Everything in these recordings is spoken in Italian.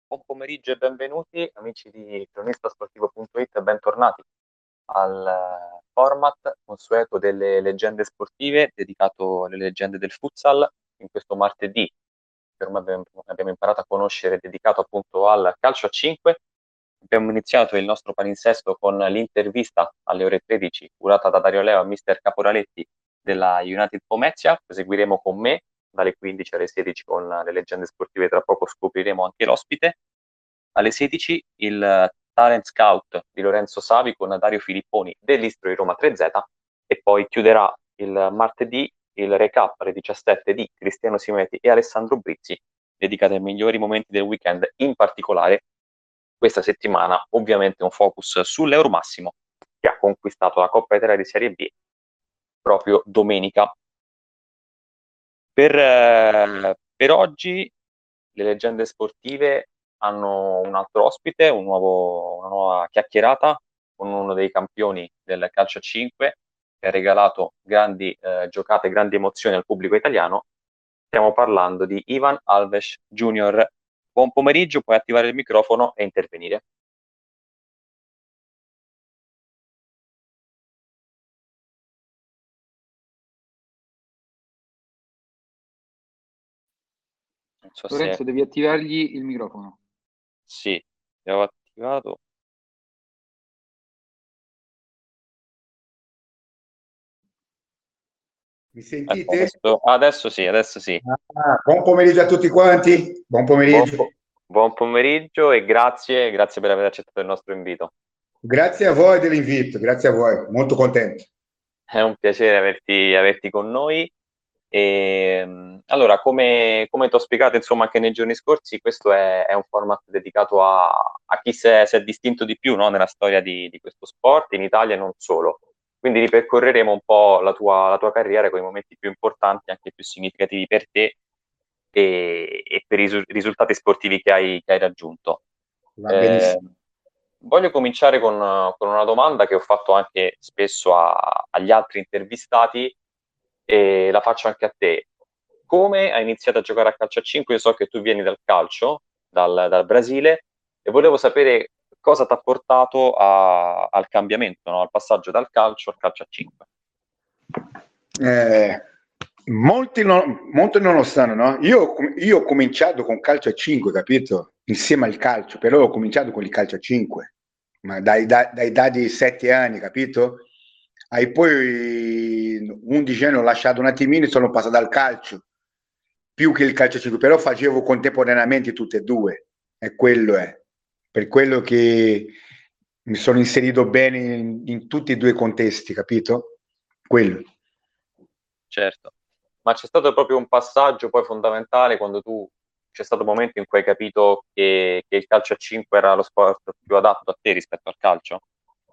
Buon pomeriggio e benvenuti amici di cronistasportivo.it e bentornati al format consueto delle leggende sportive dedicato alle leggende del futsal in questo martedì che ormai abbiamo imparato a conoscere, dedicato appunto al calcio a 5. Abbiamo iniziato il nostro palinsesto con l'intervista alle ore 13 curata da Dario Leo a mister Caporaletti della United Pomezia. Proseguiremo con me dalle 15 alle 16 con le leggende sportive, tra poco scopriremo anche l'ospite. Alle 16 il talent scout di Lorenzo Savi con Dario Filipponi dell'Istro di Roma 3Z e poi chiuderà il martedì il recap alle 17 di Cristiano Simetti e Alessandro Brizzi, dedicato ai migliori momenti del weekend, in particolare questa settimana ovviamente un focus sull'Euromassimo che ha conquistato la Coppa Italia di Serie B proprio domenica. Per oggi le leggende sportive hanno un altro ospite, una nuova chiacchierata con uno dei campioni del calcio a 5 che ha regalato grandi giocate, grandi emozioni al pubblico italiano. Stiamo parlando di Ivan Alves Junior. Buon pomeriggio, puoi attivare il microfono e intervenire. Non so se... Lorenzo, devi attivargli il microfono. Sì, l'ho attivato. Mi Ecco, sentite? adesso sì, adesso sì. Buon pomeriggio a tutti quanti. Buon pomeriggio. Buon pomeriggio e grazie per aver accettato il nostro invito. Grazie a voi dell'invito, grazie a voi, molto contento. È un piacere averti con noi. Allora, come ti ho spiegato, insomma, anche nei giorni scorsi, questo è un format dedicato a chi si è distinto di più, no, nella storia di questo sport, in Italia e non solo. Quindi ripercorreremo un po' la tua carriera con i momenti più importanti, anche più significativi per te e per i risultati sportivi che hai raggiunto. Va benissimo. Voglio cominciare con una domanda che ho fatto anche spesso agli altri intervistati e la faccio anche a te. Come hai iniziato a giocare a calcio a 5? Io so che tu vieni dal calcio, dal Brasile, e volevo sapere cosa ti ha portato al cambiamento, no? Al passaggio dal calcio al calcio a 5. Molti non lo sanno, no? Io ho cominciato con calcio a 5, capito? Insieme al calcio, però ho cominciato con il calcio a 5, ma dai di 7 anni, capito? E poi 11 anni ho lasciato un attimino e sono passato al calcio, più che il calcio a 5, però facevo contemporaneamente tutte e due, e quello è. Per quello che mi sono inserito bene in tutti e due i contesti, capito? Quello. Certo, ma c'è stato proprio un passaggio poi fondamentale quando c'è stato un momento in cui hai capito che il calcio a 5 era lo sport più adatto a te rispetto al calcio?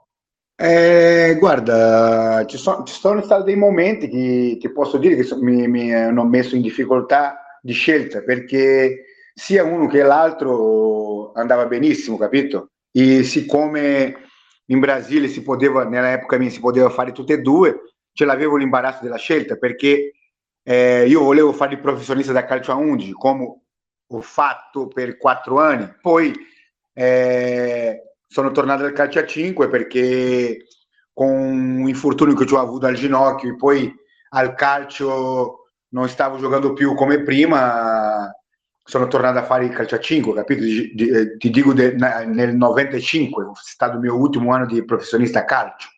Guarda, ci sono stati dei momenti che posso dire che mi hanno messo in difficoltà di scelta, perché sia uno che l'altro andava benissimo, capito? E siccome in Brasile nella epoca mia si poteva fare tutte e due, ce l'avevo l'imbarazzo della scelta, perché io volevo fare il professionista da calcio a 11, come ho fatto per 4 anni. Poi sono tornato al calcio a 5 perché con un infortunio che ho avuto al ginocchio e poi al calcio non stavo giocando più come prima, sono tornato a fare il calcio a 5, capito? Ti dico nel 95, è stato il mio ultimo anno di professionista a calcio.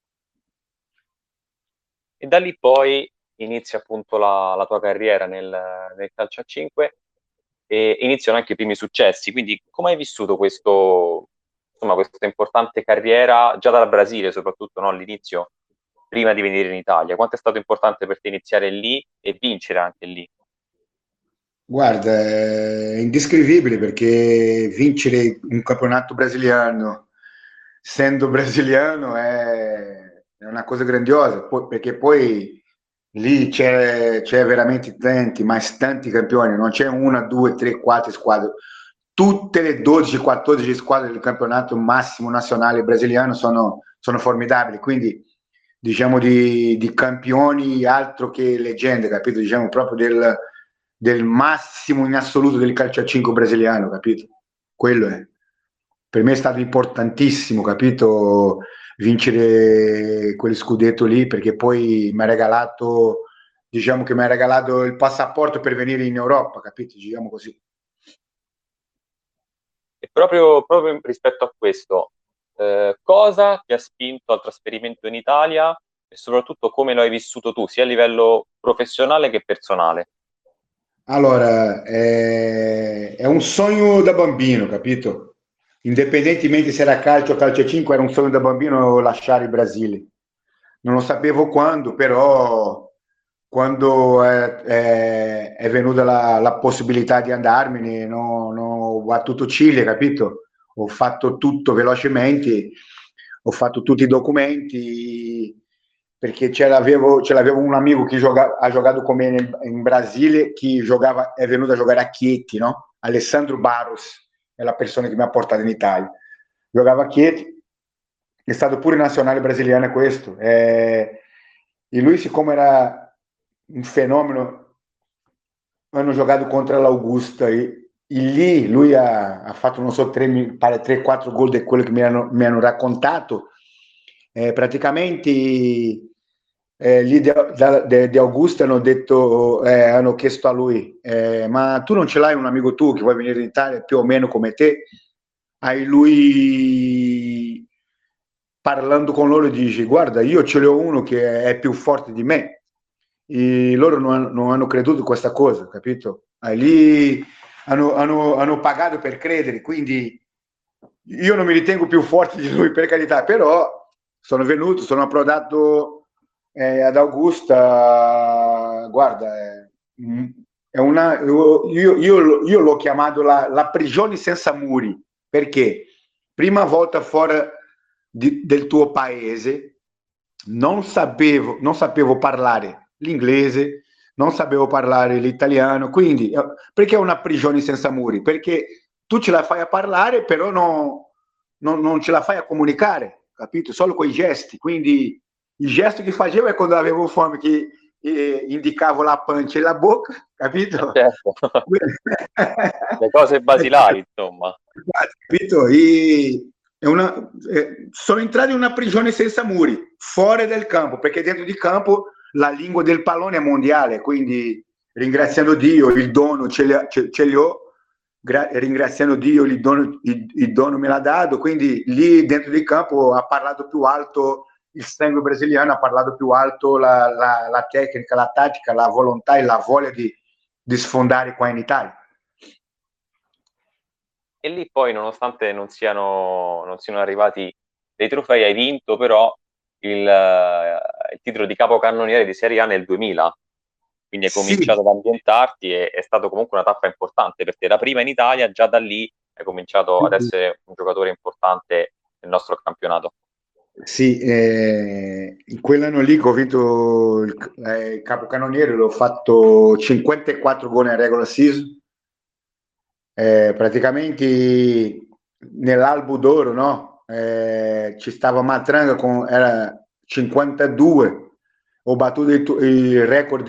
E da lì poi inizia appunto la tua carriera nel calcio a 5 e iniziano anche i primi successi. Quindi come hai vissuto insomma, questa importante carriera già dal Brasile, soprattutto, no? All'inizio, prima di venire in Italia? Quanto è stato importante per te iniziare lì e vincere anche lì? Guarda, è indescrivibile perché vincere un campionato brasiliano, essendo brasiliano, è una cosa grandiosa, perché poi lì c'è veramente tanti, ma tanti campioni, non c'è una, due, tre, quattro squadre. Tutte le 12-14 squadre del campionato massimo nazionale brasiliano sono formidabili, quindi diciamo di campioni altro che leggende, capito? Diciamo proprio del massimo in assoluto del calcio a 5 brasiliano, capito? quello è. Per me è stato importantissimo, capito, vincere quel scudetto lì, perché poi mi ha regalato, diciamo che mi ha regalato il passaporto per venire in Europa, capito? Diciamo così. E proprio rispetto a questo, cosa ti ha spinto al trasferimento in Italia e soprattutto come lo hai vissuto tu, sia a livello professionale che personale? Allora, è un sogno da bambino, capito? Indipendentemente se era calcio o calcio 5, era un sogno da bambino lasciare il Brasile. Non lo sapevo quando, però quando è venuta la possibilità di andarmene, ho battuto Cile, capito? Ho fatto tutto velocemente, ho fatto tutti i documenti, perché ce l'avevo un amico che ha giocato con me in Brasile, che è venuto a giocare a Chieti, no? Alessandro Barros è la persona che mi ha portato in Italia. Giocava a Chieti, è stato pure nazionale brasiliano questo. E lui, siccome era un fenomeno, hanno giocato contro l'Augusta e lì lui ha fatto, non so, 3-4 gol di quello che mi hanno raccontato. Praticamente lì di Augusta hanno detto, hanno chiesto a lui, ma tu non ce l'hai un amico tu che vuoi venire in Italia più o meno come te? Hai lui parlando con loro dice, guarda, io ce l'ho uno che è più forte di me. E loro non hanno creduto in questa cosa, capito? Lì hanno pagato per credere, quindi io non mi ritengo più forte di lui, per carità, però sono venuto, sono approdato ad Augusta, guarda, è una, io l'ho chiamato la prigione senza muri, perché prima volta fuori del tuo paese non sapevo parlare l'inglese, non sapevo parlare l'italiano, quindi perché è una prigione senza muri? Perché tu ce la fai a parlare, però non ce la fai a comunicare, capito? Solo con i gesti, quindi il gesto che facevo è quando avevo fame, che indicavo la pancia e la bocca, capito? Certo. Le cose basilari, insomma. Capito? Sono entrato in una prigione senza muri, fuori del campo, perché dentro di campo la lingua del pallone è mondiale, quindi ringraziando Dio il dono ce li ho, ringraziando Dio il dono me l'ha dato, quindi lì dentro di campo ha parlato più alto il sangue brasiliano, ha parlato più alto la tecnica, la tattica, la volontà e la voglia di sfondare qua in Italia. E lì poi, nonostante non siano arrivati dei trofei, hai vinto però il titolo di capocannoniere di Serie A nel 2000. Quindi hai Sì, cominciato ad ambientarti e è stato comunque una tappa importante per te. La prima in Italia, già da lì hai cominciato ad essere un giocatore importante nel nostro campionato. sì, in quell'anno lì che ho vinto il capocannoniere, l'ho fatto 54 gol in regular season, praticamente nell'albo d'oro, no? Ci stava Matranga era 52, ho battuto il record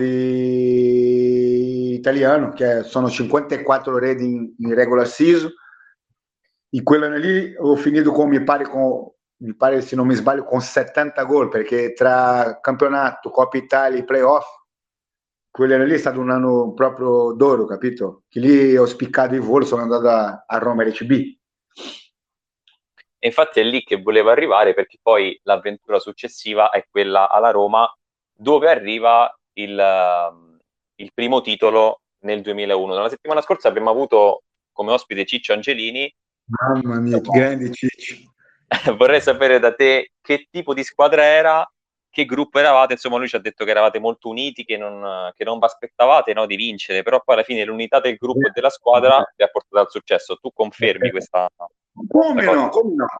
italiano che sono 54 reti in regular season. In quell'anno lì ho finito mi pare se non mi sbaglio con 70 gol, perché tra campionato, Coppa Italia e playoff quell'anno lì è stato un anno proprio d'oro, capito? Che lì ho spiccato il volo, sono andato a Roma RCB. E infatti è lì che volevo arrivare, perché poi l'avventura successiva è quella alla Roma, dove arriva il primo titolo nel 2001. La settimana scorsa abbiamo avuto come ospite Ciccio Angelini. Mamma mia, grande Ciccio. Vorrei sapere da te che tipo di squadra era, che gruppo eravate. Insomma, lui ci ha detto che eravate molto uniti, che non vi aspettavate, no, di vincere, però poi alla fine l'unità del gruppo e della squadra vi ha portato al successo. Tu confermi questa Come cosa? no, come no?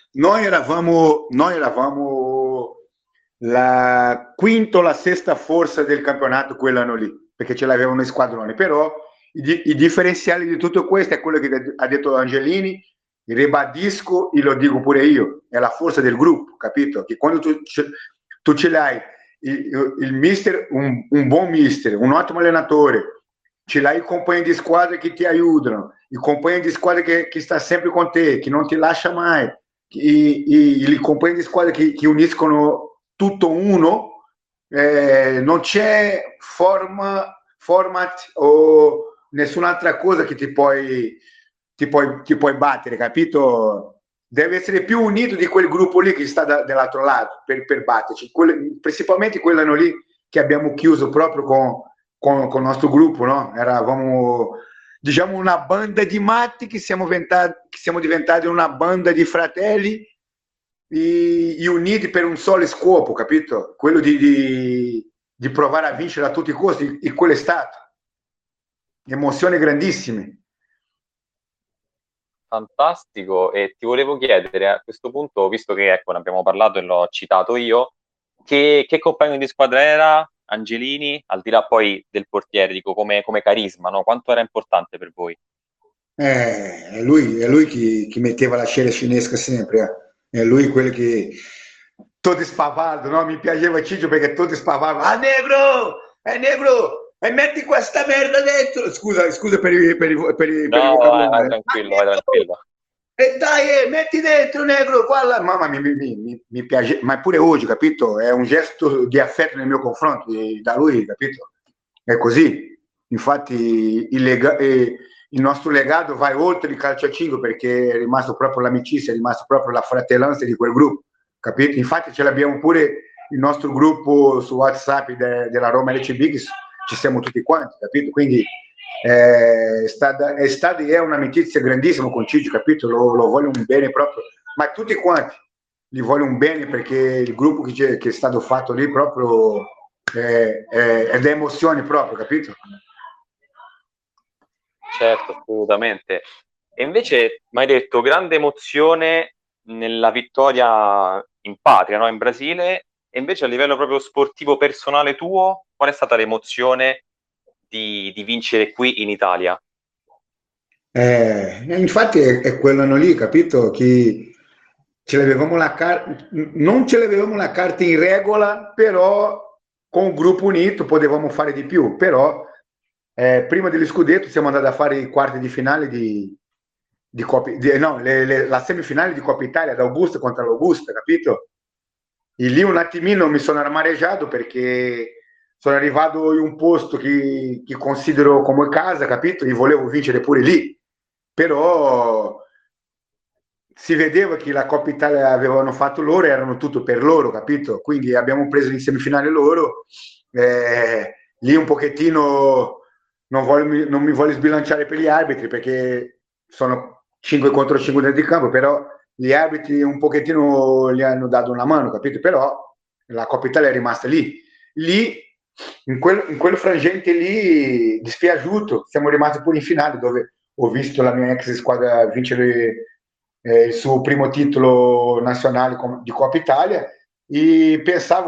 Noi eravamo la quinta o la sesta forza del campionato quell'anno lì, perché ce l'avevano in squadrone, però i differenziali di tutto questo è quello che ha detto Angelini, ribadisco e lo dico pure io, è la forza del gruppo, capito? Che quando tu ce l'hai il mister, un buon mister, un ottimo allenatore, ce l'hai i compagni di squadra che ti aiutano, i compagni di squadra che sta sempre con te, che non ti lascia mai, i compagni di squadra che uniscono tutto uno, non c'è format o nessun'altra cosa che ti puoi battere, capito? Deve essere più unito di quel gruppo lì che sta dall'altro lato per batterci. Principalmente quell'anno lì che abbiamo chiuso proprio con il nostro gruppo, no? Eravamo, diciamo, una banda di matti che siamo diventati una banda di fratelli e uniti per un solo scopo, capito? Quello di provare a vincere a tutti i costi, e quello è stato. Emozioni grandissime. Fantastico, e ti volevo chiedere a questo punto, visto che ecco, ne abbiamo parlato e l'ho citato io, che compagno di squadra era Angelini, al di là poi del portiere, dico come carisma, no? Quanto era importante per voi? È lui che metteva la scena cinesca sempre. È lui quello che todo spavato, no? Mi piaceva Ciccio perché todo spavato. Ah, negro! È negro! E metti questa merda dentro! Scusa per il No, vai vocabolario. tranquillo, vai tranquillo. E dai, metti dentro, negro, qua là. Mamma, mi piace, ma pure oggi, capito? È un gesto di affetto nei miei confronti da lui, capito? È così. Infatti il nostro legato va oltre il calcio a 5 perché è rimasto proprio l'amicizia, è rimasto proprio la fratellanza di quel gruppo, capito? Infatti ce l'abbiamo pure il nostro gruppo su WhatsApp della Roma LCB, che ci siamo tutti quanti, capito? Quindi è un'amicizia grandissima con Ciccio, capito? Lo voglio un bene proprio, ma tutti quanti gli voglio un bene perché il gruppo che è stato fatto lì proprio è da emozioni proprio, capito? Certo, assolutamente. E invece mi hai detto grande emozione nella vittoria in patria, no? In Brasile, e invece a livello proprio sportivo personale tuo, qual è stata l'emozione di vincere qui in Italia? Infatti è quell'anno lì, capito? Che non ce l'avevamo la carta in regola, però con un gruppo unito potevamo fare di più. Però prima degli scudetto siamo andati a fare i quarti di finale di Coppa, no, la semifinale di Coppa Italia ad Augusta contro l'Augusta, capito? E lì un attimino mi sono armareggiato perché sono arrivato in un posto che considero come casa, capito? E volevo vincere pure lì, però si vedeva che la Coppa Italia avevano fatto loro, erano tutto per loro, capito? Quindi abbiamo preso in semifinale loro, lì un pochettino non mi voglio sbilanciare per gli arbitri perché sono 5 contro 5 dentro il campo, però gli arbitri un pochettino gli hanno dato una mano, capito? Però la Coppa Italia è rimasta lì in quel frangente lì dispiaciuto, siamo rimasti pure in finale dove ho visto la mia ex squadra vincere il suo primo titolo nazionale di Coppa Italia e pensavo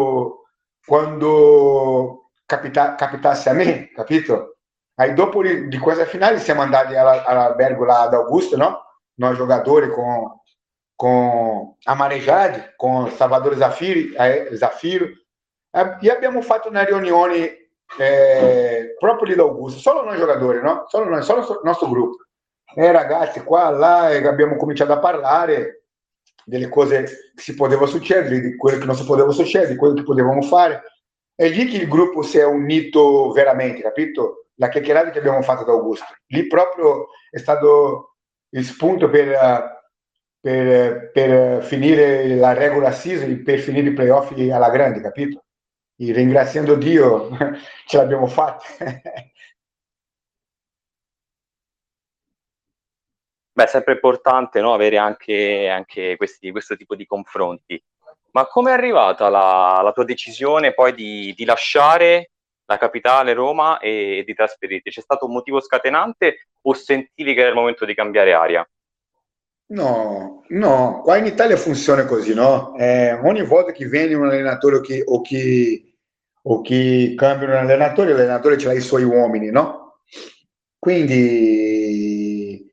quando capitasse a me, capito? E dopo di questa finale siamo andati all'albergo là ad Augusto, no? Noi giocatori con amareggiati, con Salvatore Zaffiro, e abbiamo fatto una riunione proprio lì da Augusto, solo noi giocatori, no? Solo il nostro gruppo. Ragazzi, qua, là, abbiamo cominciato a parlare delle cose che si poteva succedere, di quello che non si poteva succedere, di quello che potevamo fare. È lì che il gruppo si è unito veramente, capito? La chiacchierata che abbiamo fatto da Augusto. Lì proprio è stato il spunto per finire la regular season, per finire i playoff alla grande, capito? E ringraziando Dio ce l'abbiamo fatta. Beh, è sempre importante, no, avere anche questo tipo di confronti. Ma come è arrivata la tua decisione poi di lasciare la capitale Roma e di trasferirti? C'è stato un motivo scatenante o sentivi che era il momento di cambiare aria? No, no, qua in Italia funziona così, no? Ogni volta che viene un allenatore o che cambia un l'allenatore ce l'ha i suoi uomini, no? Quindi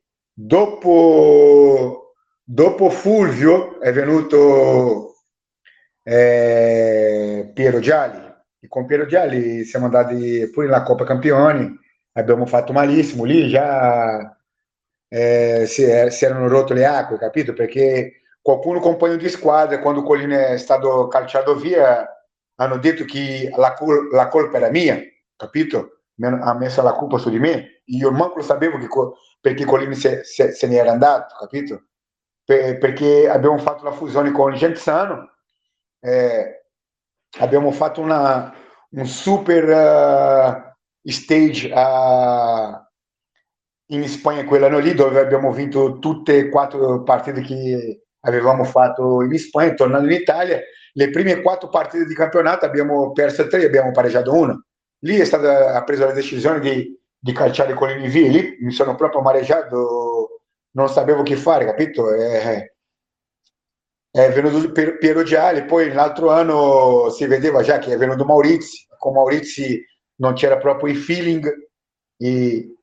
dopo Fulvio è venuto Piero Gialli e con Piero Gialli siamo andati pure in la Coppa Campioni abbiamo fatto malissimo, lì già si erano rotte le acque, capito? Perché qualcuno compagno di squadra, quando Collini è stato calciato via, hanno detto che la colpa era mia, capito? Ha messo la colpa su di me. Io manco lo sapevo perché Collini se ne era andato, capito? Perché abbiamo fatto la fusione con Genzano, abbiamo fatto un super stage in Spagna quell'anno lì, dove abbiamo vinto tutte e 4 partite che avevamo fatto in Spagna. Tornando in Italia, le prime 4 partite di campionato abbiamo perso 3 e abbiamo pareggiato 1. Lì ha preso la decisione di calciare con i via. Lì mi sono proprio amareggiato, non sapevo che fare, capito? È venuto Piero Gialli, poi l'altro anno si vedeva già che è venuto Maurizi, con Maurizi non c'era proprio il feeling, e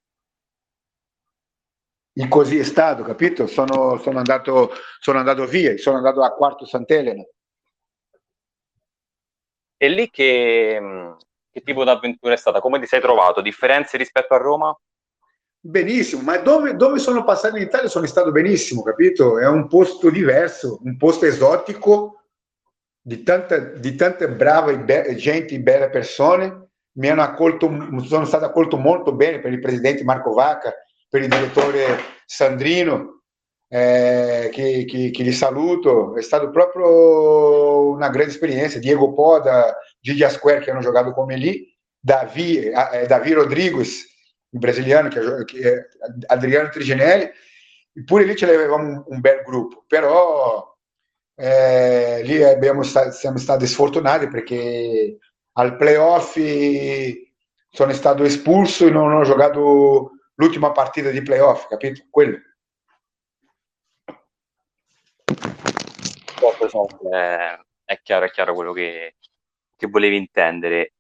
così è stato, capito? Sono andato via, sono andato a Quarto Sant'Elena. E lì che tipo d'avventura è stata? Come ti sei trovato? Differenze rispetto a Roma? Benissimo, ma dove sono passato in Italia sono stato benissimo, capito? È un posto diverso, un posto esotico, di tante brave gente, belle persone. Sono stato accolto molto bene per il presidente Marco Vacca, per il direttore Sandrino, che li saluto. È stato proprio una grande esperienza. Diego Poda, Gigi Square, che hanno giocato come lì, Davi Rodriguez, il brasiliano, Adriano Triginelli, pure lì ce l'avevamo un bel gruppo, però lì siamo stati sfortunati perché al playoff sono stato espulso e non ho giocato l'ultima partita di playoff, capito? Quello. È chiaro quello che volevi intendere.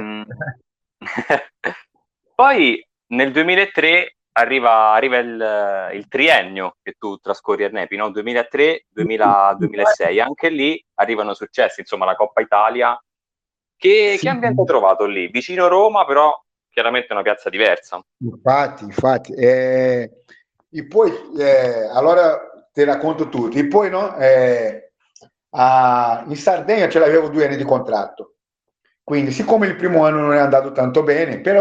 Poi nel 2003 arriva il triennio che tu trascorri a Nepi, no? 2003-2006, anche lì arrivano successi, insomma la Coppa Italia. Che ambiente hai trovato lì? Vicino Roma, però chiaramente una piazza diversa. Infatti. E poi, allora te la conto tutti. E poi, no, in Sardegna ce l'avevo 2 anni di contratto. Quindi, siccome il primo anno non è andato tanto bene, però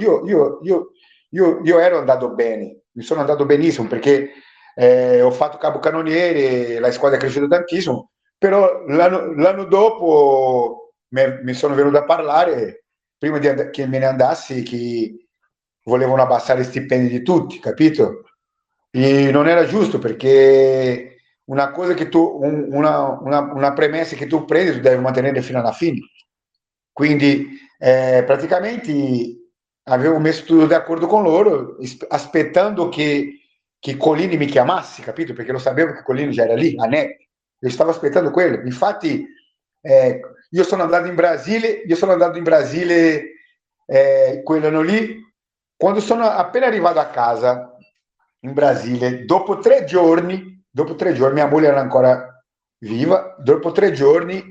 io ero andato bene, mi sono andato benissimo perché ho fatto capocannoniere, la squadra è cresciuta tantissimo, però l'anno dopo mi sono venuto a parlare, prima che me ne andassi, che volevano abbassare i stipendi di tutti, capito? E non era giusto perché una cosa che una premessa che tu prendi, tu devi mantenere fino alla fine. Quindi praticamente avevo messo tutto d'accordo con loro, aspettando che Collini mi chiamasse, capito? Perché lo sapevo che Collini già era lì, a Nepi. Io stavo aspettando quello. Infatti, io sono andato in Brasile quell'anno lì, quando sono appena arrivato a casa in Brasile, dopo 3 giorni, mia moglie era ancora viva, dopo 3 giorni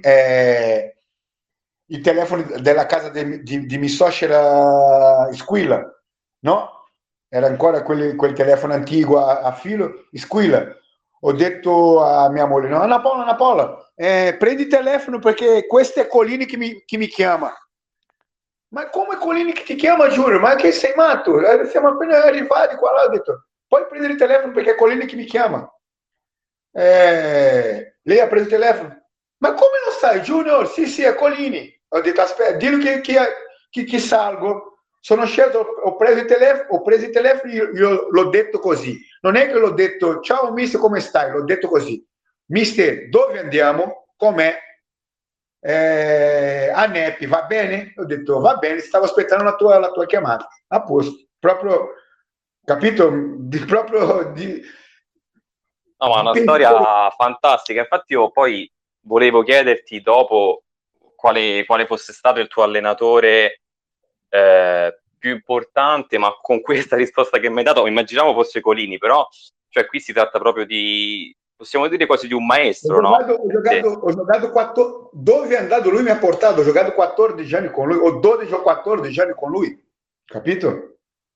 il telefono della casa di mia suocera squilla, no? Era ancora quel telefono antico a filo, squilla. Ho detto a mia moglie, no, Anna Paola, prendi il telefono perché questo è Collini che mi chiama. Ma come Collini che ti chiama, Giulio? Ma che sei matto? Siamo appena arrivati qua, là. Ho detto, puoi prendere il telefono perché è Collini che mi chiama. Lei ha preso il telefono. Ma come lo sai, Junior? Sì, è Collini. Ho detto, aspetta, dillo che salgo. Sono scelto, ho preso il telefono, io l'ho detto così. Non è che l'ho detto, ciao mister, come stai? L'ho detto così. Mister, dove andiamo? Com'è? A Nepi, va bene? Ho detto, va bene, stavo aspettando la tua chiamata. A posto. Proprio, capito? No, ma è una storia fantastica. Infatti io poi volevo chiederti dopo quale fosse stato il tuo allenatore più importante, ma con questa risposta che mi hai dato immaginavo fosse Colini, però cioè qui si tratta proprio di, possiamo dire quasi di un maestro, no? Ho giocato 14, dove è andato lui mi ha portato, ho giocato 14 anni con lui, o 12 o 14 anni con lui, capito?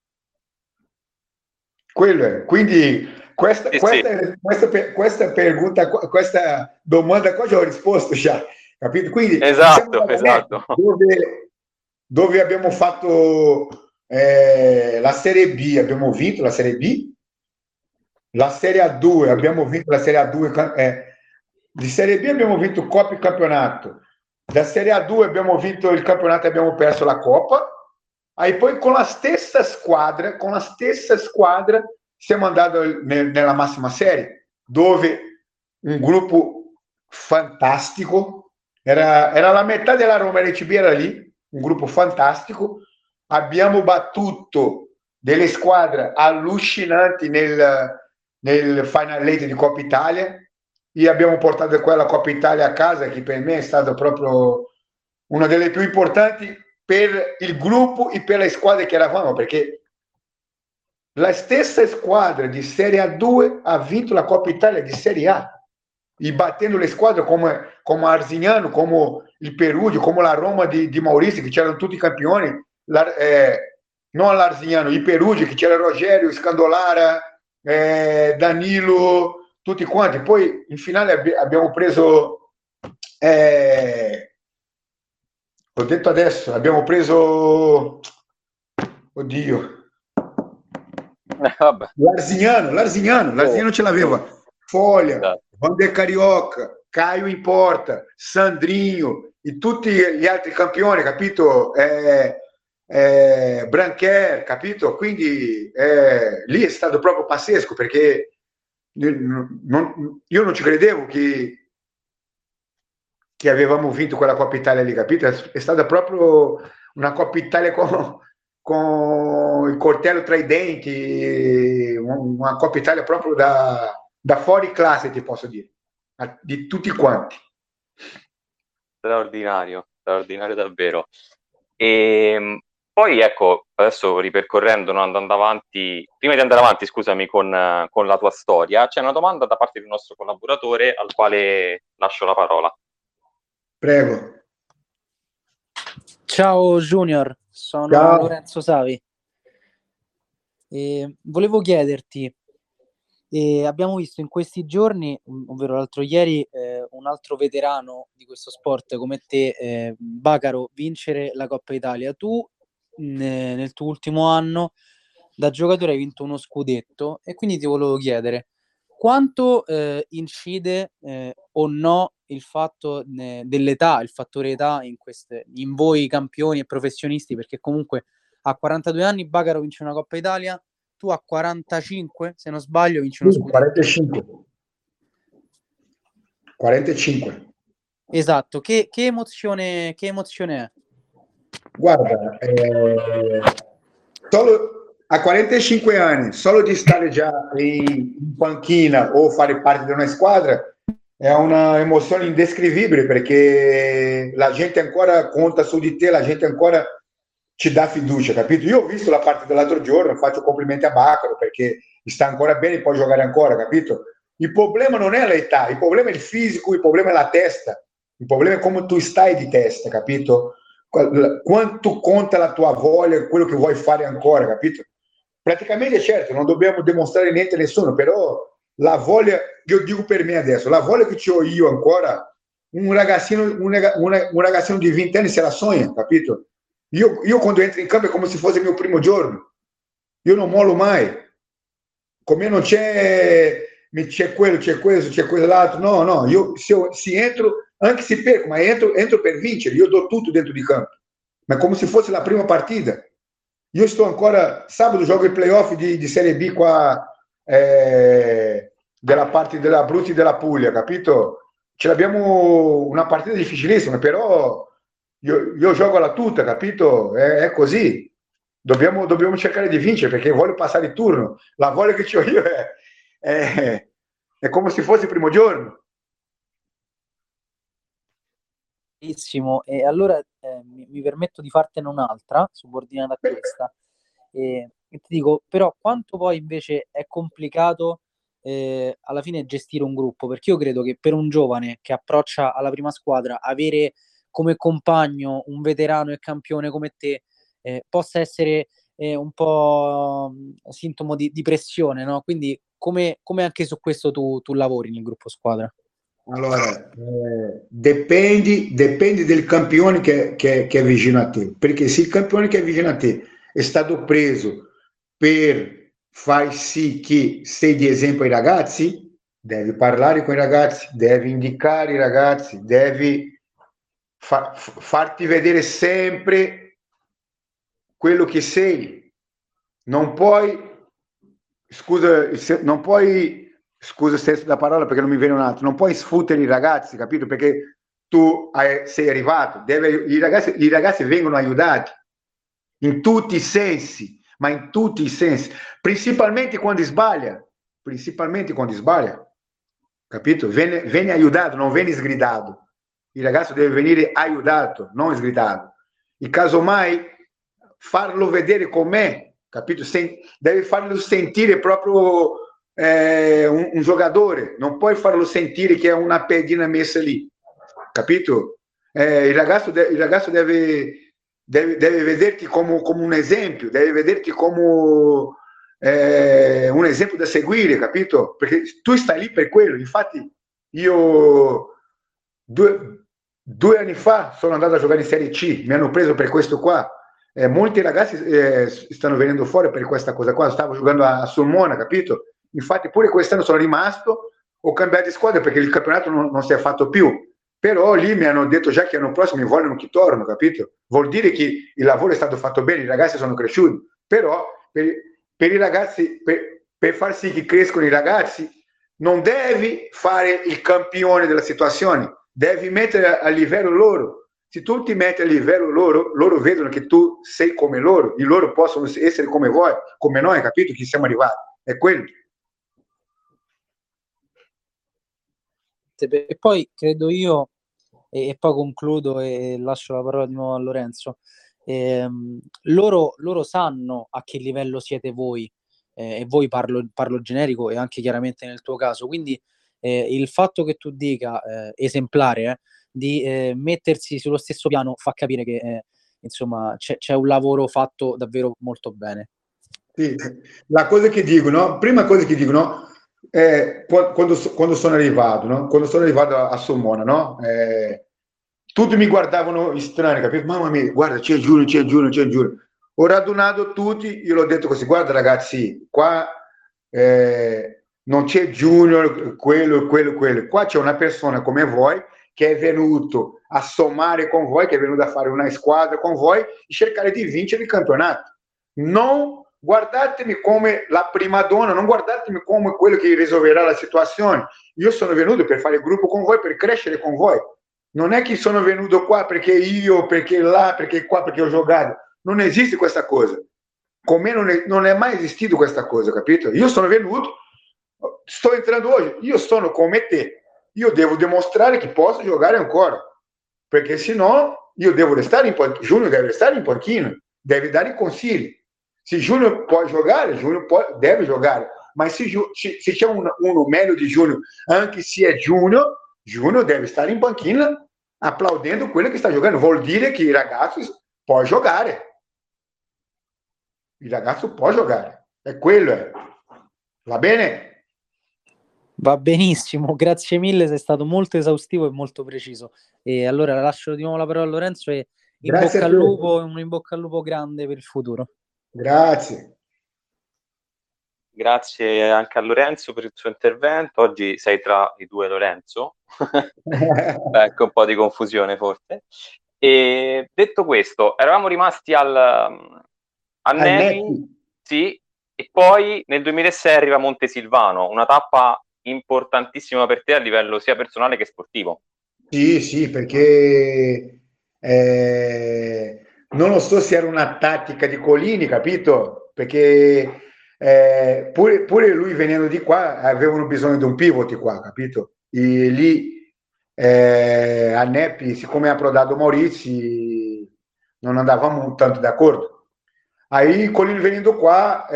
Quello è. Quindi questa, Sì, sì, questa pergunta, questa domanda qua già ho risposto già, capito? Quindi ci siamo esatto, andati a esatto. Messi, dove abbiamo fatto la Serie B, abbiamo vinto la Serie B, la Serie A2, abbiamo vinto la Serie A2, di Serie B abbiamo vinto Coppa e campionato, da Serie A2 abbiamo vinto il campionato e abbiamo perso la Coppa, e poi con la stessa squadra, siamo andati nella massima serie, dove un gruppo fantastico, era la metà della Roma LCB, era lì, un gruppo fantastico, abbiamo battuto delle squadre allucinanti nel Final Eight di Coppa Italia e abbiamo portato quella Coppa Italia a casa, che per me è stata proprio una delle più importanti per il gruppo e per le squadre che eravamo, perché la stessa squadra di Serie A2 ha vinto la Coppa Italia di Serie A, e battendo le squadre come Arzignano, come il Perugia, come la Roma di Maurizio, che c'erano tutti i campioni, non l'Arzignano, i Perugia, che c'era Rogerio, Scandolara, Danilo, tutti quanti. Poi in finale abbiamo preso, ho detto adesso, abbiamo preso, oddio, Vabbè. l'Arzignano ce l'aveva, Foglia, Esatto. Van der Carioca, Caio in porta, Sandrinho e tutti gli altri campioni, capito? Brancher, capito? Quindi lì è stato proprio pazzesco, perché io non ci credevo che avevamo vinto quella Coppa Italia lì, capito? È stata proprio una Coppa Italia con il coltello tra i denti, una Coppa Italia proprio da fuori classe, ti posso dire, di tutti quanti. Straordinario, straordinario davvero. E poi ecco, adesso ripercorrendo, no, andando avanti, prima di andare avanti, scusami, con la tua storia, c'è una domanda da parte di un nostro collaboratore al quale lascio la parola. Prego. Ciao Junior, sono Ciao. Lorenzo Savi. Volevo chiederti, abbiamo visto in questi giorni, ovvero l'altro ieri, un altro veterano di questo sport come te, Bacaro, vincere la Coppa Italia. Tu nel tuo ultimo anno da giocatore hai vinto uno scudetto, e quindi ti volevo chiedere quanto incide o no il fatto dell'età, il fattore età in voi campioni e professionisti, perché comunque a 42 anni Bacaro vince una Coppa Italia, tu a 45, se non sbaglio, vinci uno scudetto. 45. Esatto, che emozione è? Guarda, solo a 45 anni, solo di stare già in panchina o fare parte di una squadra è una emozione indescrivibile, perché la gente ancora conta su di te, la gente ancora ci dà fiducia, capito? Io ho visto la partita dell'altro giorno, faccio complimenti a Bacaro perché sta ancora bene, può giocare ancora, capito? Il problema non è l'età, il problema è il fisico, il problema è la testa, il problema è come tu stai di testa, capito? Quanto conta la tua voglia, quello che vuoi fare ancora, capito? Praticamente, certo, non dobbiamo dimostrare niente a nessuno, però la voglia, io dico per me adesso, la voglia che ho io ancora, un ragazzino di 20 anni se la sogna, capito? Io quando entro in campo è come se fosse il mio primo giorno, io non mollo mai, come non c'è quello, c'è questo, c'è quell'altro, no, io se entro, anche se perco, ma entro per vincere, io do tutto dentro di campo, ma come se fosse la prima partita. Io sto ancora, sabato gioco i playoff di Serie B qua, della parte dell'Abruzzo e della Puglia, capito? Ce l'abbiamo una partita difficilissima, però io gioco alla tutta, capito? È così. Dobbiamo cercare di vincere, perché voglio passare il turno. La voglia che ho io è come se fosse il primo giorno. Benissimo, e allora mi permetto di fartene un'altra subordinata a questa, e ti dico però quanto poi invece è complicato alla fine gestire un gruppo, perché io credo che per un giovane che approccia alla prima squadra avere come compagno un veterano e campione come te possa essere un po' sintomo di pressione, no? Quindi come anche su questo tu lavori nel gruppo squadra? Allora, dipende del campione che è vicino a te, perché se il campione che è vicino a te è stato preso per far sì che sei di esempio ai ragazzi, devi parlare con i ragazzi, devi indicare i ragazzi, devi farti vedere sempre quello che sei. Non puoi, non puoi, scusa il senso della parola perché non mi viene un altro, non puoi sfottere i ragazzi, capito? Perché tu sei arrivato, i ragazzi vengono aiutati in tutti i sensi, ma in tutti i sensi, principalmente quando sbaglia, capito? Viene aiutato, non viene sgridato. Il ragazzo deve venire aiutato, non sgridato. E casomai farlo vedere com'è, capito? Deve farlo sentire proprio un giocatore, non puoi farlo sentire che è una pedina messa lì, capito? Il ragazzo deve vederti come un esempio, deve vederti come un esempio da seguire, capito? Perché tu stai lì per quello. Infatti io due anni fa sono andato a giocare in Serie C, mi hanno preso per questo qua. Molti ragazzi stanno venendo fuori per questa cosa qua. Stavo giocando a Sulmona, capito? Infatti pure quest'anno sono rimasto, ho cambiato di squadra perché il campionato non si è fatto più. Però lì mi hanno detto già che l'anno prossimo mi vogliono che torno, capito? Vuol dire che il lavoro è stato fatto bene, i ragazzi sono cresciuti. Però per i ragazzi, per far sì che crescono i ragazzi, non devi fare il campione della situazione, devi mettere a livello loro. Se tu ti metti a livello loro vedono che tu sei come loro, e loro possono essere come voi, come noi, capito? Che siamo arrivati. È quello. E poi credo io, e poi concludo e lascio la parola di nuovo a Lorenzo, loro sanno a che livello siete voi, e voi parlo generico e anche chiaramente nel tuo caso, quindi il fatto che tu dica esemplare di mettersi sullo stesso piano fa capire che insomma c'è un lavoro fatto davvero molto bene. Sì, la cosa che dicono, prima cosa che dicono, quando sono arrivato, no? Quando sono arrivato a Sulmona, no? Tutti mi guardavano strani, capito? Mamma mia, guarda, c'è Giulio. Ho radunato tutti, io l'ho detto così, guarda ragazzi, qua non c'è Junior, quello. Qua c'è una persona come voi che è venuto a sommare con voi, che è venuto a fare una squadra con voi e cercare di vincere il campionato. Non guardatemi come la prima donna, non guardatemi come quello che risolverà la situazione. Io sono venuto per fare il gruppo con voi, per crescere con voi. Non è che sono venuto qua perché io, perché là, perché qua, perché ho giocato. Non esiste questa cosa. Con me non è mai esistito questa cosa, capito? Io sono venuto, sto entrando oggi, io sono come te. Io devo dimostrare che posso giocare ancora, perché se no io devo restare in panchina. Giulio deve restare in panchina, deve dare i consigli. Se Giulio può giocare, deve giocare. Ma se c'è uno meglio di Giulio, anche se è Giulio deve stare in panchina applaudendo quello che sta giocando. Vuol dire che il ragazzo può giocare. Il ragazzo può giocare. È quello. Va bene? Va benissimo, grazie mille, sei stato molto esaustivo e molto preciso. E allora lascio di nuovo la parola a Lorenzo e in bocca al lupo, un in bocca al lupo grande per il futuro. Grazie. Grazie anche a Lorenzo per il suo intervento. Oggi sei tra i due Lorenzo. Ecco, un po' di confusione forse. E detto questo, eravamo rimasti al Nepi, sì, e poi nel 2006 arriva Montesilvano, una tappa importantissima per te a livello sia personale che sportivo. Sì, perché non lo so se era una tattica di Colini, capito? Perché pure lui venendo di qua avevano bisogno di un pivot qua, capito? E lì a Nepi, siccome ha approdato Maurizi, non andavamo tanto d'accordo. Aí Colini venendo qua,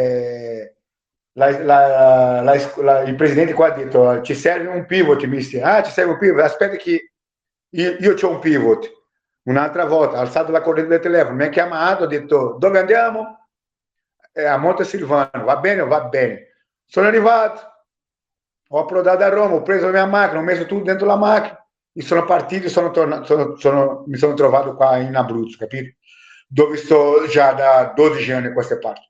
il presidente qua ha detto ci serve un pivot, mister. Ci serve un pivot, aspetta che io ho un pivot. Un'altra volta ha alzato la corrente del telefono, mi ha chiamato, ha detto dove andiamo? a Montesilvano, va bene o va bene? Sono arrivato, ho approdato a Roma, ho preso la mia macchina, ho messo tutto dentro la macchina, mi sono partito, mi sono trovato qua in Abruzzo, capito? Dove sto già da 12 anni a queste parti.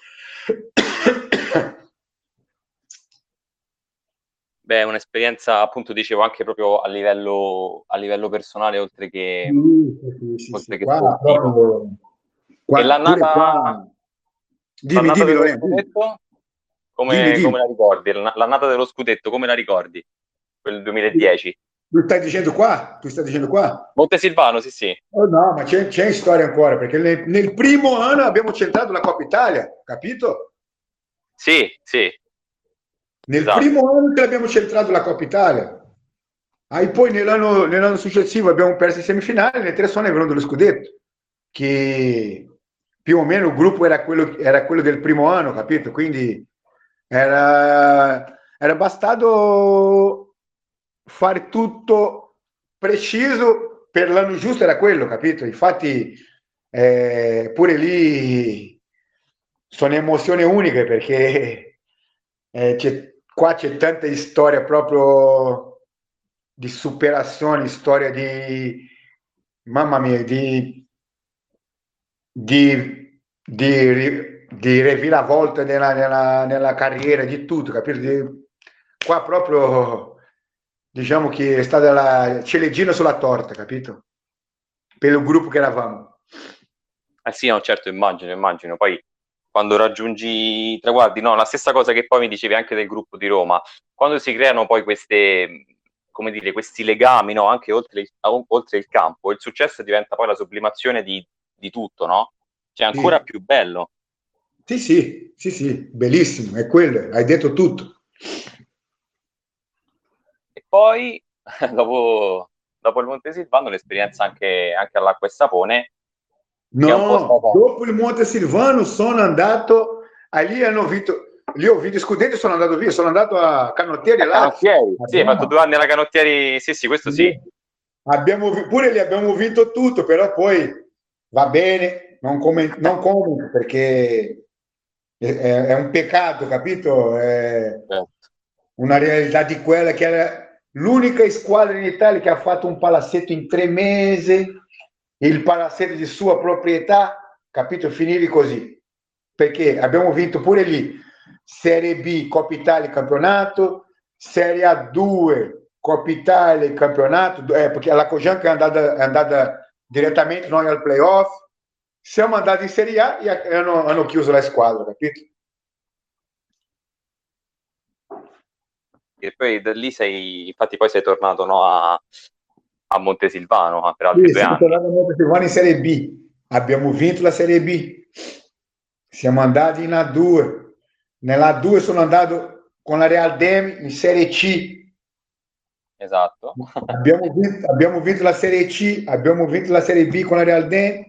Beh, è un'esperienza, appunto, dicevo, anche proprio a livello personale, oltre che, oltre che Qua sportivo. proprio, E pure qua. l'annata Dimmi dello Lorenzo, scudetto, come dimmi. la ricordi? L'annata dello scudetto, come la ricordi? Quel 2010. Tu stai dicendo qua? Tu stai dicendo qua? Montesilvano, sì, sì. Oh no, ma c'è storia ancora, perché nel primo anno abbiamo centrato la Coppa Italia, capito? Sì, sì, Nel esatto. primo anno che abbiamo centrato la Coppa Italia. Poi nell'anno successivo abbiamo perso in semifinale, nel terzo anno è venuto lo scudetto, che più o meno il gruppo era quello del primo anno, capito? Quindi era bastato fare tutto preciso per l'anno giusto, era quello, capito? Infatti pure lì sono emozioni uniche perché qua c'è tanta storia proprio di superazione, storia di, mamma mia, di reviravolta nella carriera, di tutto, capito? Qua proprio diciamo che è stata la ciliegina sulla torta, capito? Per il gruppo che eravamo. Eh sì, no, certo, immagino. Poi quando raggiungi i traguardi, no, la stessa cosa che poi mi dicevi anche del gruppo di Roma, quando si creano poi queste, come dire, questi legami, no, anche oltre il campo, il successo diventa poi la sublimazione di tutto, no? Cioè ancora Sì. più bello. Sì, bellissimo, è quello, hai detto tutto. E poi, dopo il Montesilvano, l'esperienza anche all'Acqua e Sapone, che è un po' No, stata... dopo il Montesilvano sono andato, lì ho vinto scudetto e sono andato via, sono andato a Canottieri A Lazio, Canottieri, a sì, hai fatto Roma. 2 anni alla Canottieri, sì, sì, questo sì. Pure lì abbiamo vinto tutto, però poi va bene, non commento perché è un peccato, capito? È Certo. una realtà di quella che era l'unica squadra in Italia che ha fatto un palazzetto in 3 mesi, il palazzetto di sua proprietà, capito? Finivi così, perché abbiamo vinto pure lì Serie B, Coppa Italia, campionato, Serie A2, Coppa Italia, campionato, perché la Cojanca è andata direttamente noi al playoff, siamo andati in Serie A e hanno chiuso la squadra, capito? E poi da lì infatti poi sei tornato, no, a Montesilvano, per altri Sì, 2 siamo anni. tornati a Montesilvano in Serie B, abbiamo vinto la Serie B, siamo andati in A2, nella A2 sono andato con la Real Dem in Serie C, Esatto. abbiamo vinto la Serie C, abbiamo vinto la Serie B con la Real Dem,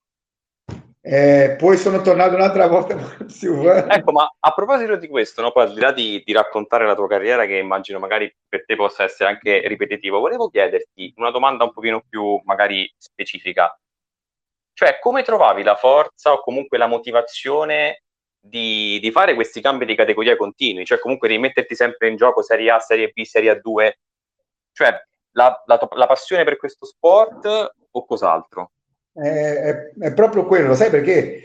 poi sono tornato un'altra volta a Montesilvano. Ecco, ma a proposito di questo, no, poi al di là di raccontare la tua carriera, che immagino magari per te possa essere anche ripetitivo, volevo chiederti una domanda un pochino più magari specifica. Cioè, come trovavi la forza o comunque la motivazione di fare questi cambi di categoria continui? Cioè, comunque rimetterti sempre in gioco Serie A, Serie B, Serie A2? Cioè, la passione per questo sport o cos'altro? È proprio quello, sai perché?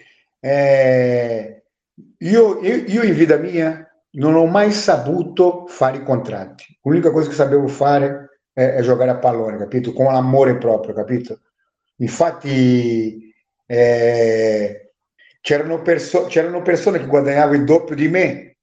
Io in vita mia non ho mai saputo fare i contratti. L'unica cosa che sapevo fare è giocare a pallone, capito? Con l'amore proprio, capito? Infatti c'erano persone che guadagnavano il doppio di me,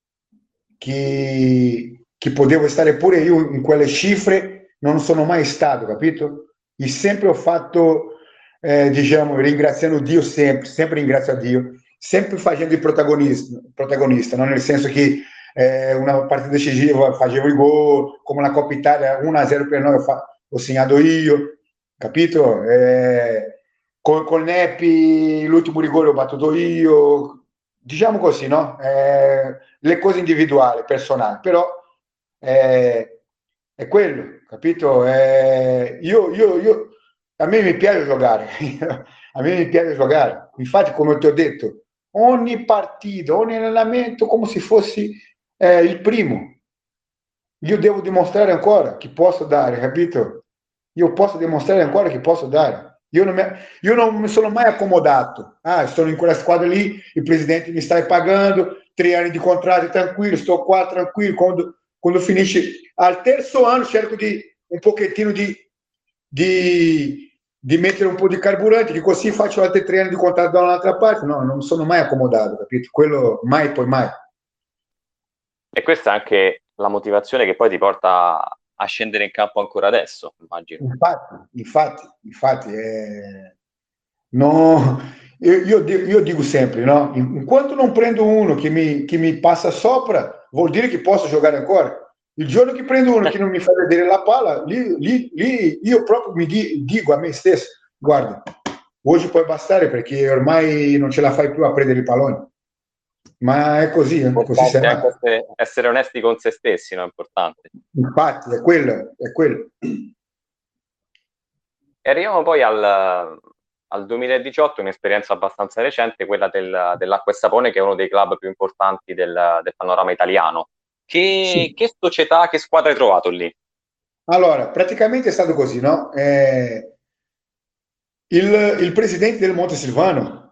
che potevo stare pure io in quelle cifre, non sono mai stato, capito? E sempre ho fatto, diciamo, ringraziando Dio sempre ringrazio a Dio, sempre facendo il protagonista, no? Nel senso che una partita decisiva facevo i gol, come la Coppa Italia 1-0 per noi ho segnato io, capito? Col Nepi l'ultimo rigore ho battuto io, diciamo così, no? Le cose individuali, personali, però è quello, capito? A me mi piace giocare, a me mi piace giocare. Infatti, come ti ho detto, ogni partita, ogni allenamento come se fosse il primo. Io devo dimostrare ancora che posso dare, capito? Io posso dimostrare ancora che posso dare. Io non mi sono mai accomodato. Sono in quella squadra lì, il presidente mi sta pagando, 3 anni di contratto tranquillo, sto qua tranquillo. Quando finisce al terzo anno cerco di un pochettino di mettere un po' di carburante, che così faccio altri 3 anni di contratto da un'altra parte. No, non sono mai accomodato, capito? Quello mai poi mai. E questa è anche la motivazione che poi ti porta a scendere in campo ancora adesso, immagino. Infatti no, io dico sempre, no? In quanto non prendo uno che mi passa sopra, vuol dire che posso giocare ancora. Il giorno che prendo uno che non mi fa vedere la palla, lì io proprio dico a me stesso, guarda, oggi puoi bastare perché ormai non ce la fai più a prendere i palloni. Ma è così Importante sarà. anche essere onesti con se stessi, no? È importante. Infatti, è quello. E arriviamo poi al 2018, un'esperienza abbastanza recente, quella dell'Acqua e Sapone, che è uno dei club più importanti del panorama italiano. Sì. Che società, che squadra hai trovato lì? Allora, praticamente è stato così, no? Il presidente del Montesilvano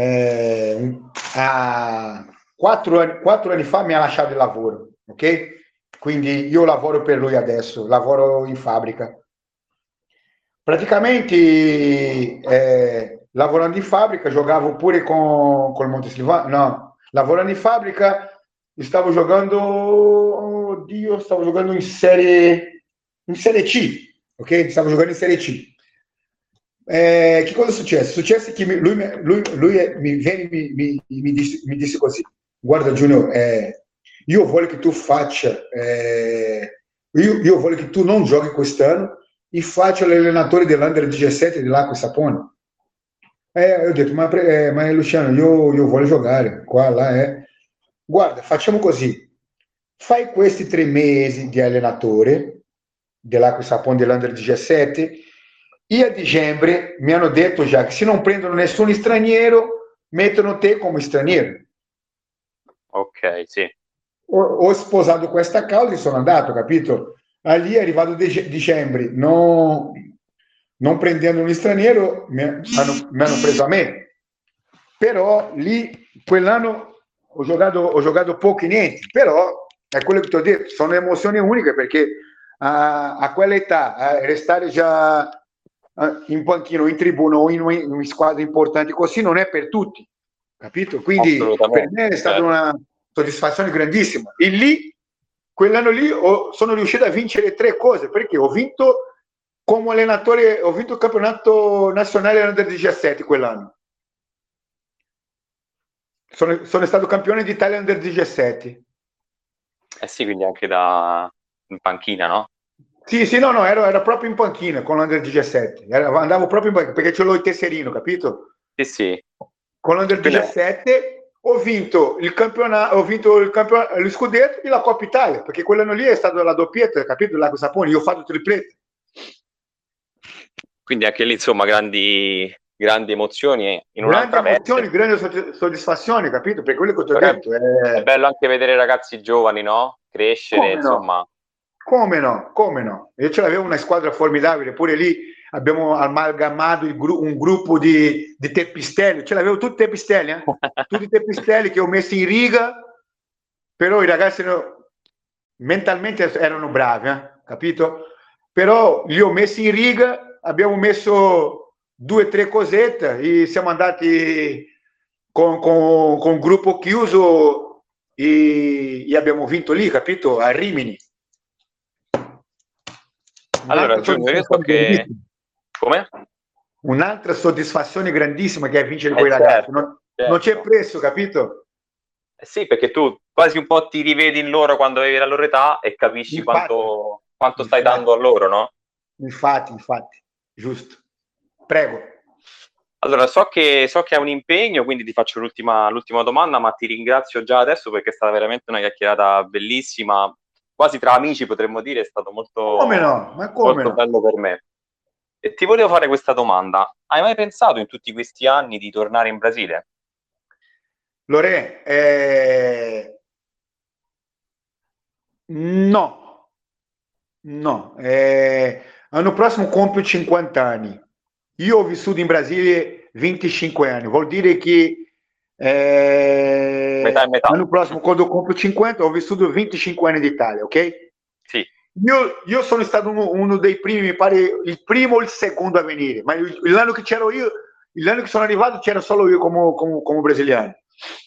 a 4 anni fa mi ha lasciato il lavoro, ok? Quindi io lavoro per lui adesso, lavoro in fabbrica. Praticamente lavorando in fabbrica giocavo pure con il Montesilvano, no, lavorando in fabbrica stavo giocando in serie C, ok? Stavo giocando in serie C. Che cosa è successo? Successe che lui mi disse così: guarda Giulio, io voglio che tu faccia, io voglio che tu non giochi quest'anno e faccia l'allenatore dell'Under 17 dell'Acqua e Sapone. Ho detto, ma Luciano, io voglio giocare qua, là. Guarda, facciamo così: fai questi 3 mesi di allenatore dell'Acqua e Sapone dell'Under 17 e a dicembre mi hanno detto già che se non prendono nessun straniero mettono te come straniero. Ok, sì. Ho sposato questa causa e sono andato, capito? Lì è arrivato dicembre, non prendendo un straniero mi hanno preso a me, però lì quell'anno ho giocato pochi niente, però è quello che ti ho detto, sono emozioni uniche perché a quell'età restare già in panchino, in tribuna o in squadre importanti così non è per tutti, capito? Quindi per me è stata una soddisfazione grandissima. E lì, quell'anno lì, sono riuscito a vincere 3 cose, perché ho vinto come allenatore, ho vinto il campionato nazionale under 17 quell'anno. Sono stato campione d'Italia under 17. Eh sì, quindi anche da in panchina, no? Sì, no, era proprio in panchina con l'Under 17. Andavo proprio in panchina perché ce l'ho il tesserino, capito? Sì. Con l'Under 17 ho vinto il campionato, lo scudetto e la Coppa Italia, perché quell'anno lì è stata la doppietta, capito? L'Acqua Sapone, io ho fatto triplette. Quindi anche lì, insomma, grandi emozioni in un'altra emozioni, grandi soddisfazioni, capito? Per quello che ti ho detto. È bello anche vedere i ragazzi giovani, no? Crescere, insomma. Come no? Io ce l'avevo una squadra formidabile, pure lì abbiamo amalgamato un gruppo di teppistelli, ce l'avevo tutti teppistelli, tutti teppistelli che ho messo in riga, però i ragazzi mentalmente erano bravi, capito? Però li ho messi in riga, abbiamo messo 2 o 3 cosette e siamo andati con un gruppo chiuso e abbiamo vinto lì, capito? A Rimini. Allora, Giulio, io so che... Come? Un'altra soddisfazione grandissima che è vincere con i ragazzi. Non c'è prezzo, capito? Sì, perché tu quasi un po' ti rivedi in loro quando avevi la loro età e capisci quanto stai dando a loro, no? Infatti, giusto. Prego. Allora, so che è un impegno, quindi ti faccio l'ultima domanda, ma ti ringrazio già adesso perché è stata veramente una chiacchierata bellissima, quasi tra amici potremmo dire, è stato molto bello per me. E ti volevo fare questa domanda: hai mai pensato in tutti questi anni di tornare in Brasile? Lore, no, no. L'anno prossimo compio 50 anni. Io ho vissuto in Brasile 25 anni, vuol dire che Metà e metà. l'anno prossimo, quando compio 50, ho vissuto 25 anni d'Italia, ok? Sì. Io sono stato uno dei primi, mi pare il primo o il secondo a venire, ma l'anno che c'ero io, l'anno che sono arrivato c'era solo io come brasiliano.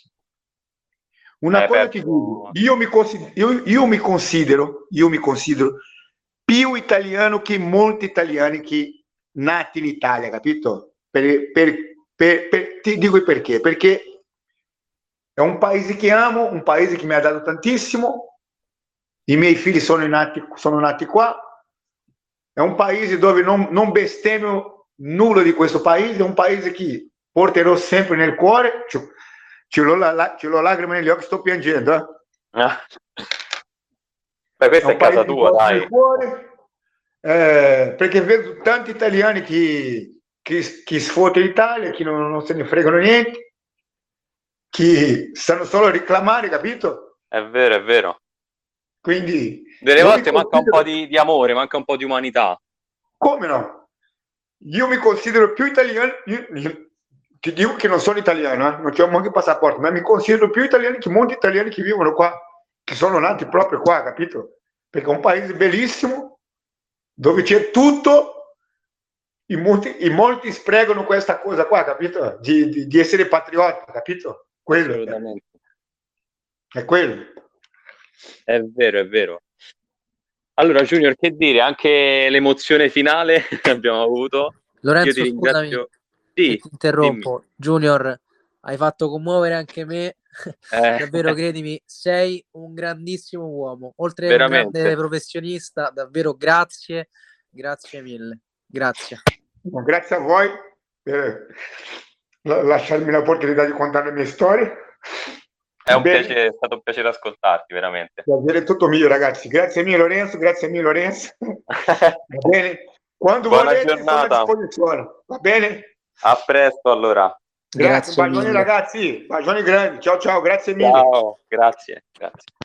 Una cosa ti dico, io mi considero più italiano che molti italiani che nati in Italia, capito? Ti dico perché? Perché è un paese che amo, un paese che mi ha dato tantissimo, i miei figli sono nati qua, è un paese dove non bestemmio nulla di questo paese, è un paese che porterò sempre nel cuore. Ce l'ho lacrime negli occhi, sto piangendo. Beh, questa è casa tua, dai. Perché vedo tanti italiani che sfottono l'Italia, che non se ne fregano niente, che stanno solo a reclamare, capito? È vero, è vero. Quindi delle volte manca un po' di amore, manca un po' di umanità. Come no? Io mi considero più italiano. Ti dico che non sono italiano, non c'ho neanche passaporto, ma mi considero più italiano che molti italiani che vivono qua, che sono nati proprio qua, capito? Perché è un paese bellissimo, dove c'è tutto, in molti spregano questa cosa qua, capito? Di essere patriota, capito? Quello assolutamente. È quello. È vero, è vero. Allora, Junior, che dire? Anche l'emozione finale abbiamo avuto. Lorenzo, io ti ringrazio. Sì, ti interrompo. Dimmi. Junior, hai fatto commuovere anche me. Davvero, credimi, sei un grandissimo uomo. Oltre che un grande professionista, davvero grazie mille. Grazie. Grazie a voi per lasciarmi l'opportunità di contare le mie storie. È stato un piacere ascoltarti, veramente. Piacere tutto mio, ragazzi. Grazie mille Lorenzo. Va bene? Quando buona volete giornata. sono a disposizione. Va bene? A presto allora. Grazie, un bacione ragazzi, bacioni grandi. Ciao, grazie mille. Ciao, grazie.